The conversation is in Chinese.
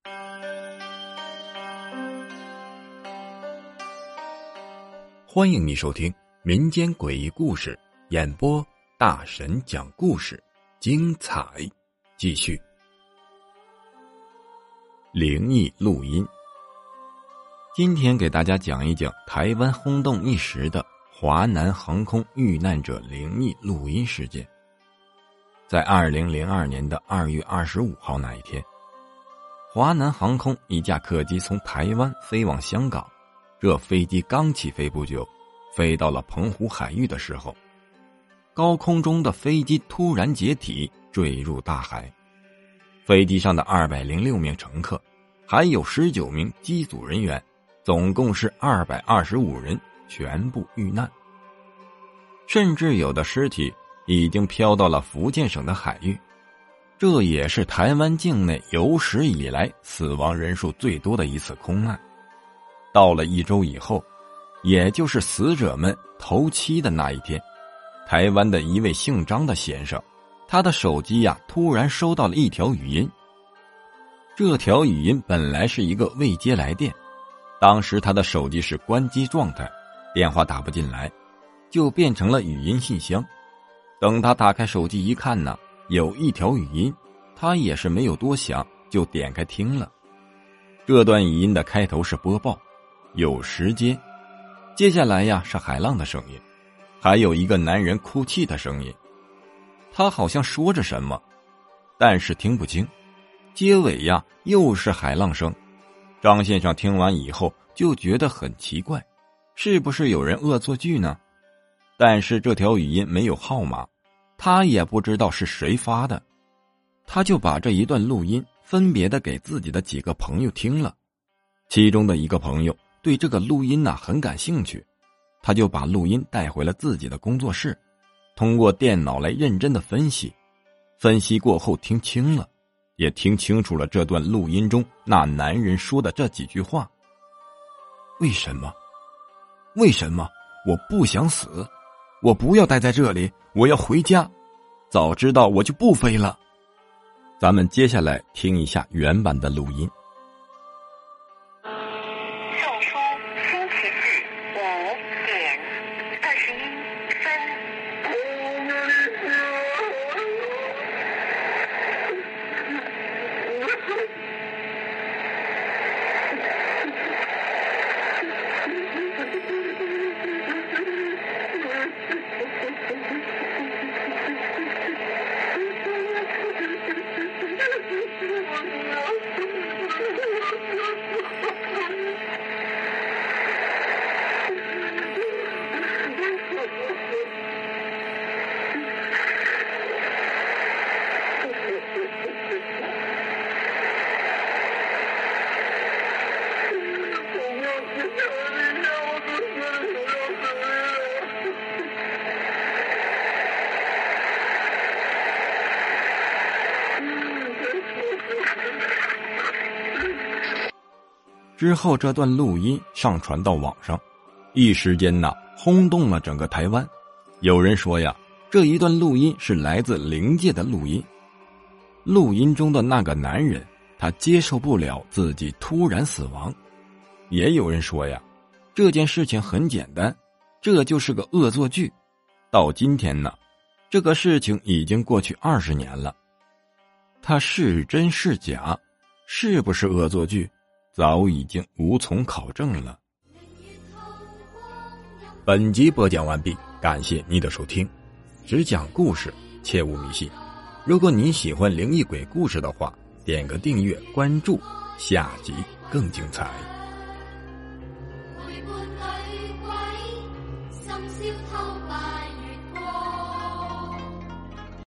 欢迎你收听民间诡异故事，演播大神讲故事，精彩继续。灵异录音，今天给大家讲一讲台湾轰动一时的华南航空遇难者灵异录音事件。在2002年的2月25号那一天，华南航空一架客机从台湾飞往香港，这飞机刚起飞不久，飞到了澎湖海域的时候，高空中的飞机突然解体，坠入大海。飞机上的206名乘客，还有19名机组人员，总共是225人，全部遇难。甚至有的尸体已经飘到了福建省的海域，这也是台湾境内有史以来死亡人数最多的一次空难。到了1周以后，也就是死者们头七的那一天，台湾的一位姓张的先生，他的手机突然收到了一条语音。这条语音本来是一个未接来电，当时他的手机是关机状态，电话打不进来，就变成了语音信箱。等他打开手机一看呢，有一条语音，他也是没有多想，就点开听了。这段语音的开头是播报，有时间，接下来是海浪的声音，还有一个男人哭泣的声音。他好像说着什么，但是听不清。结尾又是海浪声。张先生听完以后就觉得很奇怪，是不是有人恶作剧呢？但是这条语音没有号码，他也不知道是谁发的。他就把这一段录音分别的给自己的几个朋友听了，其中的一个朋友对这个录音很感兴趣，他就把录音带回了自己的工作室，通过电脑来认真的分析。分析过后听清了，也听清楚了这段录音中那男人说的这几句话。为什么？为什么？我不想死，我不要待在这里，我要回家，早知道我就不飞了。咱们接下来听一下原版的录音。 送出星期四5点21分。 之后这段录音上传到网上，一时间轰动了整个台湾。有人说这一段录音是来自灵界的录音。录音中的那个男人，他接受不了自己突然死亡。也有人说这件事情很简单，这就是个恶作剧。到今天这个事情已经过去20年了，它是真是假，是不是恶作剧，早已经无从考证了。本集播讲完毕，感谢你的收听。只讲故事，切勿迷信。如果你喜欢灵异鬼故事的话，点个订阅关注，下集更精彩。 陪伴女鬼，深宵偷拜。